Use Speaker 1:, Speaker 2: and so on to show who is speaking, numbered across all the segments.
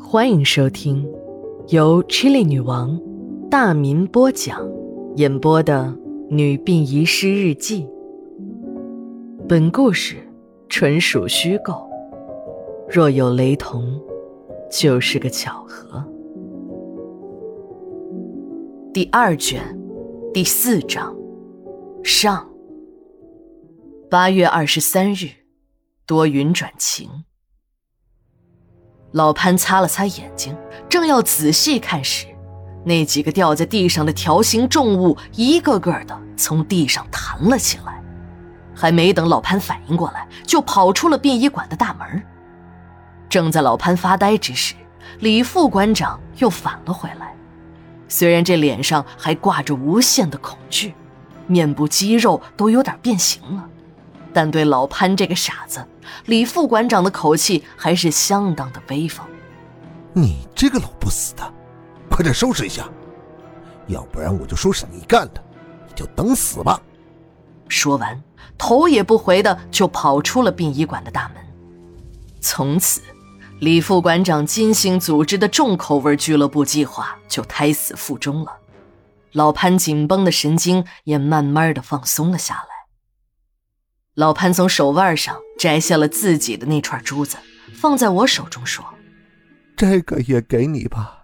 Speaker 1: 欢迎收听由 Chilli 女王大民播讲演播的女病遗失日记。本故事纯属虚构，若有雷同，就是个巧合。第2卷第4章上。8月23日，多云转晴。老潘擦了擦眼睛，正要仔细看时，那几个掉在地上的条形重物一个个的从地上弹了起来。还没等老潘反应过来，就跑出了殡仪馆的大门。正在老潘发呆之时，李副馆长又返了回来。虽然这脸上还挂着无限的恐惧，面部肌肉都有点变形了，但对老潘这个傻子，李副馆长的口气还是相当的威风。
Speaker 2: 你这个老不死的，快点收拾一下，要不然我就说是你干的，你就等死吧。
Speaker 1: 说完，头也不回的就跑出了殡仪馆的大门。从此，李副馆长精心组织的重口味俱乐部计划就胎死腹中了。老潘紧绷的神经也慢慢的放松了下来。老潘从手腕上摘下了自己的那串珠子，放在我手中说：
Speaker 2: 这个也给你吧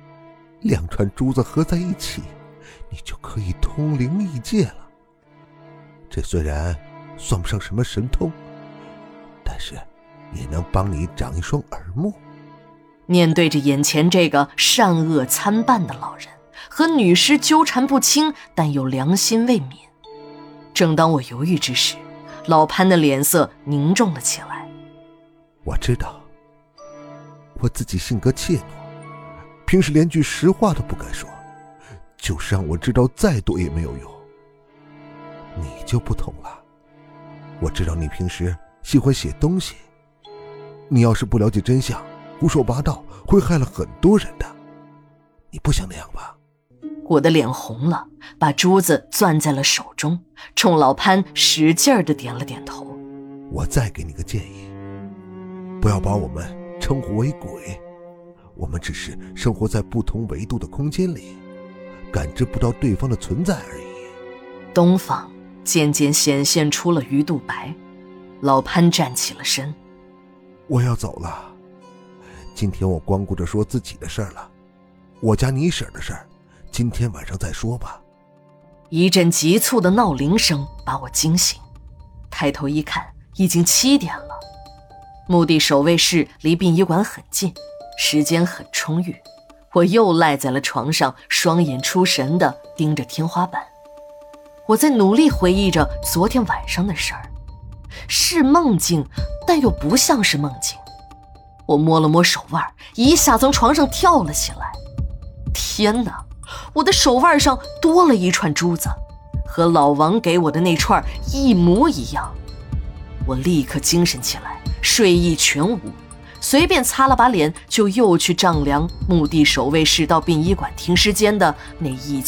Speaker 2: ，2串珠子合在一起，你就可以通灵异界了。这虽然算不上什么神通，但是也能帮你长一双耳目。
Speaker 1: 面对着眼前这个善恶参半的老人和女尸纠缠不清但又良心未泯，正当我犹豫之时，老潘的脸色凝重了起来。
Speaker 2: 我知道我自己性格怯懦，平时连句实话都不敢说，就是让我知道再多也没有用。你就不同了，我知道你平时喜欢写东西，你要是不了解真相，胡说八道，会害了很多人的。你不想那样吧？
Speaker 1: 我的脸红了，把珠子攥在了手中，冲老潘使劲地点了点头。
Speaker 2: 我再给你个建议，不要把我们称呼为鬼，我们只是生活在不同维度的空间里，感知不到对方的存在而已。
Speaker 1: 东方渐渐显现出了鱼肚白。老潘站起了身。
Speaker 2: 我要走了，今天我光顾着说自己的事儿了，我家你婶的事儿今天晚上再说吧。
Speaker 1: 一阵急促的闹铃声把我惊醒，抬头一看，已经7点了。墓地守卫室离殡仪馆很近，时间很充裕，我又赖在了床上，双眼出神地盯着天花板。我在努力回忆着昨天晚上的事儿，是梦境，但又不像是梦境。我摸了摸手腕，一下从床上跳了起来。天哪，我的手腕上多了一串珠子，和老王给我的那串一模一样。我立刻精神起来，睡意全无，随便擦了把脸，就又去丈量墓地守卫室到殡仪馆停尸间的那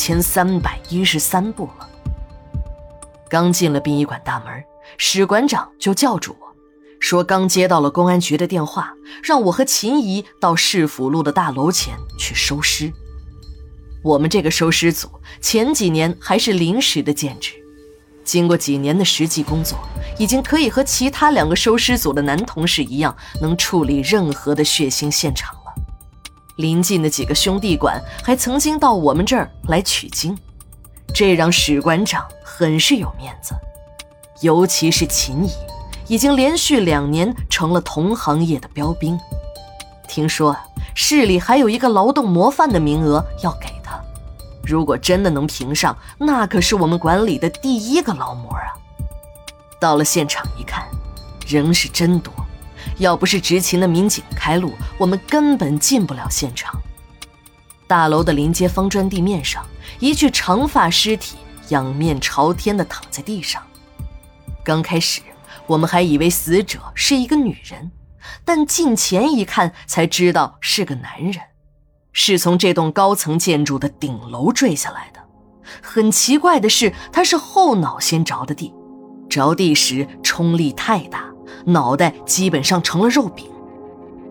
Speaker 1: 1313步了。刚进了殡仪馆大门，史馆长就叫住我，说刚接到了公安局的电话，让我和秦姨到市府路的大楼前去收尸。我们这个收尸组前几年还是临时的建制，经过几年的实际工作，已经可以和其他2个收尸组的男同事一样，能处理任何的血腥现场了。临近的几个兄弟馆还曾经到我们这儿来取经，这让史馆长很是有面子。尤其是秦姨，已经连续2年成了同行业的标兵。听说市里还有一个劳动模范的名额要给他，如果真的能评上，那可是我们馆里的第1个劳模啊。到了现场一看，人是真多，要不是执勤的民警开路，我们根本进不了现场。大楼的临街方砖地面上，一具长发尸体仰面朝天地躺在地上。刚开始我们还以为死者是一个女人，但近前一看才知道是个男人，是从这栋高层建筑的顶楼坠下来的。很奇怪的是，他是后脑先着的地，着地时冲力太大，脑袋基本上成了肉饼。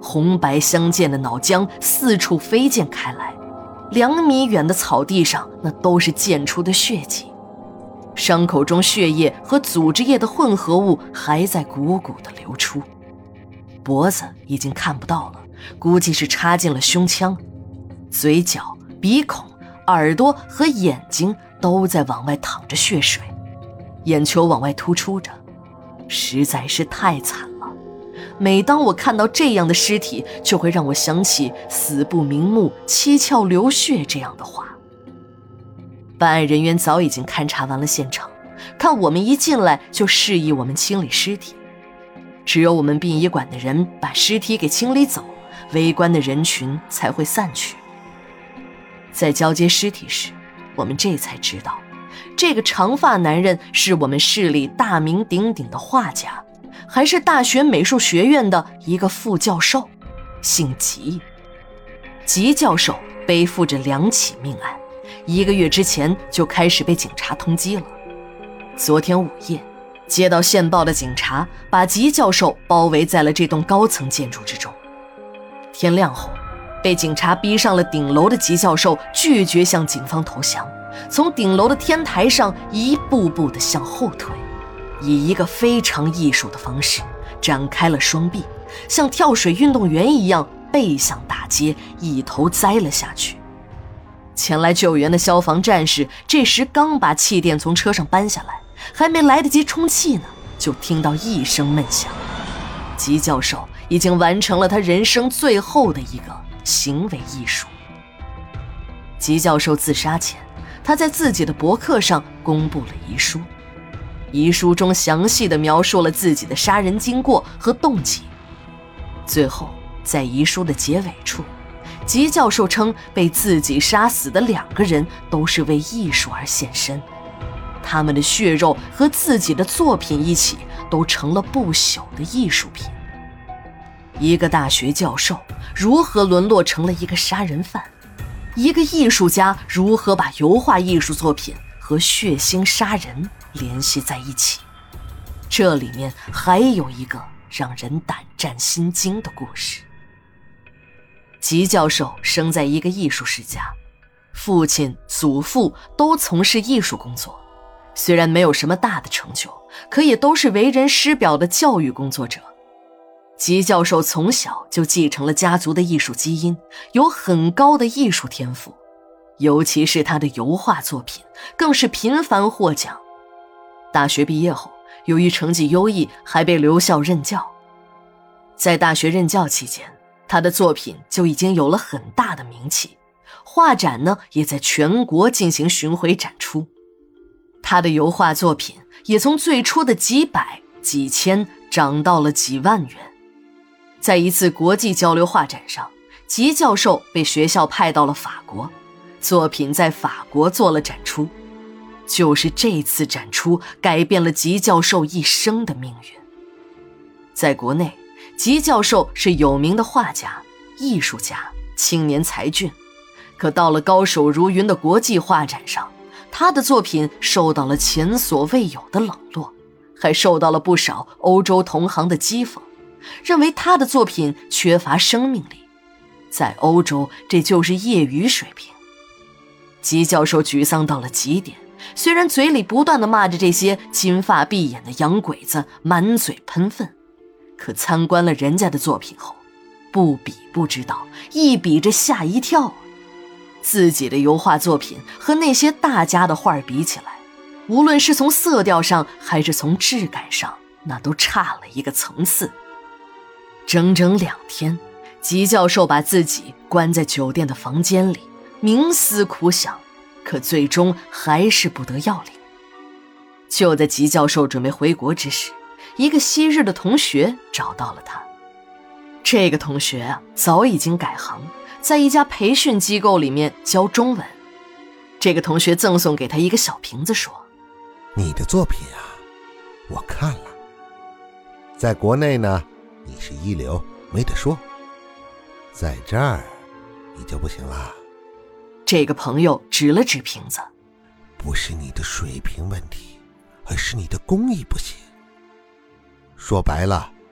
Speaker 1: 红白相间的脑浆四处飞溅开来，2米远的草地上那都是溅出的血迹，伤口中血液和组织液的混合物还在汩汩地流出，脖子已经看不到了，估计是插进了胸腔，嘴角、鼻孔、耳朵和眼睛都在往外淌着血水，眼球往外突出着，实在是太惨了。每当我看到这样的尸体，就会让我想起死不瞑目、七窍流血这样的话。办案人员早已经勘察完了现场，看我们一进来就示意我们清理尸体，只有我们殡仪馆的人把尸体给清理走，围观的人群才会散去。在交接尸体时，我们这才知道，这个长发男人是我们市里大名鼎鼎的画家，还是大学美术学院的一个副教授，姓吉。吉教授背负着2起命案，1个月之前就开始被警察通缉了。昨天午夜，接到线报的警察把吉教授包围在了这栋高层建筑之中。天亮后，被警察逼上了顶楼的吉教授拒绝向警方投降，从顶楼的天台上一步步地向后退，以一个非常艺术的方式展开了双臂，像跳水运动员一样背向大街，一头栽了下去。前来救援的消防战士这时刚把气垫从车上搬下来，还没来得及充气呢，就听到一声闷响。吉教授已经完成了他人生最后的一个行为艺术。吉教授自杀前，他在自己的博客上公布了遗书，遗书中详细地描述了自己的杀人经过和动机。最后，在遗书的结尾处，吉教授称被自己杀死的2个人都是为艺术而献身，他们的血肉和自己的作品一起都成了不朽的艺术品。一个大学教授如何沦落成了一个杀人犯？一个艺术家如何把油画艺术作品和血腥杀人联系在一起？这里面还有一个让人胆战心惊的故事。吉教授生在一个艺术世家，父亲、祖父都从事艺术工作，虽然没有什么大的成就，可也都是为人师表的教育工作者。吉教授从小就继承了家族的艺术基因，有很高的艺术天赋，尤其是他的油画作品更是频繁获奖。大学毕业后，由于成绩优异，还被留校任教。在大学任教期间，他的作品就已经有了很大的名气，画展呢也在全国进行巡回展出。他的油画作品也从最初的几百、几千涨到了几万元。在一次国际交流画展上，吉教授被学校派到了法国，作品在法国做了展出。就是这次展出改变了吉教授一生的命运。在国内，吉教授是有名的画家、艺术家、青年才俊，可到了高手如云的国际画展上，他的作品受到了前所未有的冷落，还受到了不少欧洲同行的讥讽，认为他的作品缺乏生命力，在欧洲这就是业余水平。吉教授沮丧到了极点，虽然嘴里不断地骂着这些金发碧眼的洋鬼子，满嘴喷粪，可参观了人家的作品后，不比不知道，一比着吓一跳。自己的油画作品和那些大家的画比起来，无论是从色调上还是从质感上，那都差了一个层次。整整2天，吉教授把自己关在酒店的房间里，冥思苦想，可最终还是不得要领。就在吉教授准备回国之时，一个昔日的同学找到了他。这个同学啊，早已经改行，在一家培训机构里面教中文。这个同学赠送给他一个小瓶子，说：“
Speaker 2: 你的作品啊，我看了，在国内呢，你是一流，没得说，在这儿你就不行了。”
Speaker 1: 这个朋友指了指瓶子：“
Speaker 2: 不是你的水平问题，而是你的工艺不行。说白了，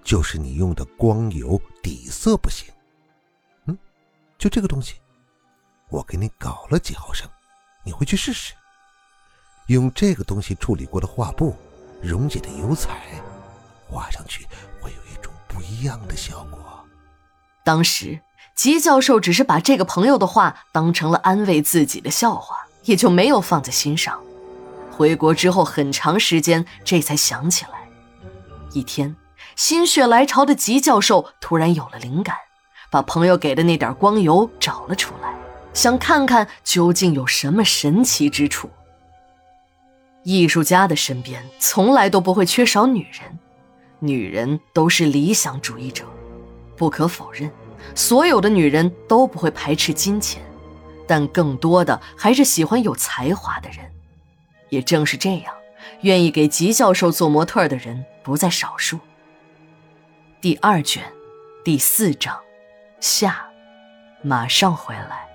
Speaker 2: 就是你用的光油底色不行。就这个东西，我给你搞了几毫升，你回去试试。用这个东西处理过的画布，溶解的油彩，画上去会有一种不一样的效果。
Speaker 1: 当时吉教授只是把这个朋友的话当成了安慰自己的笑话，也就没有放在心上。回国之后很长时间，这才想起来。一天，心血来潮的吉教授突然有了灵感，把朋友给的那点光油找了出来，想看看究竟有什么神奇之处。艺术家的身边从来都不会缺少女人，女人都是理想主义者。不可否认，所有的女人都不会排斥金钱，但更多的还是喜欢有才华的人。也正是这样，愿意给吉教授做模特的人不在少数。第2卷第4章下，马上回来。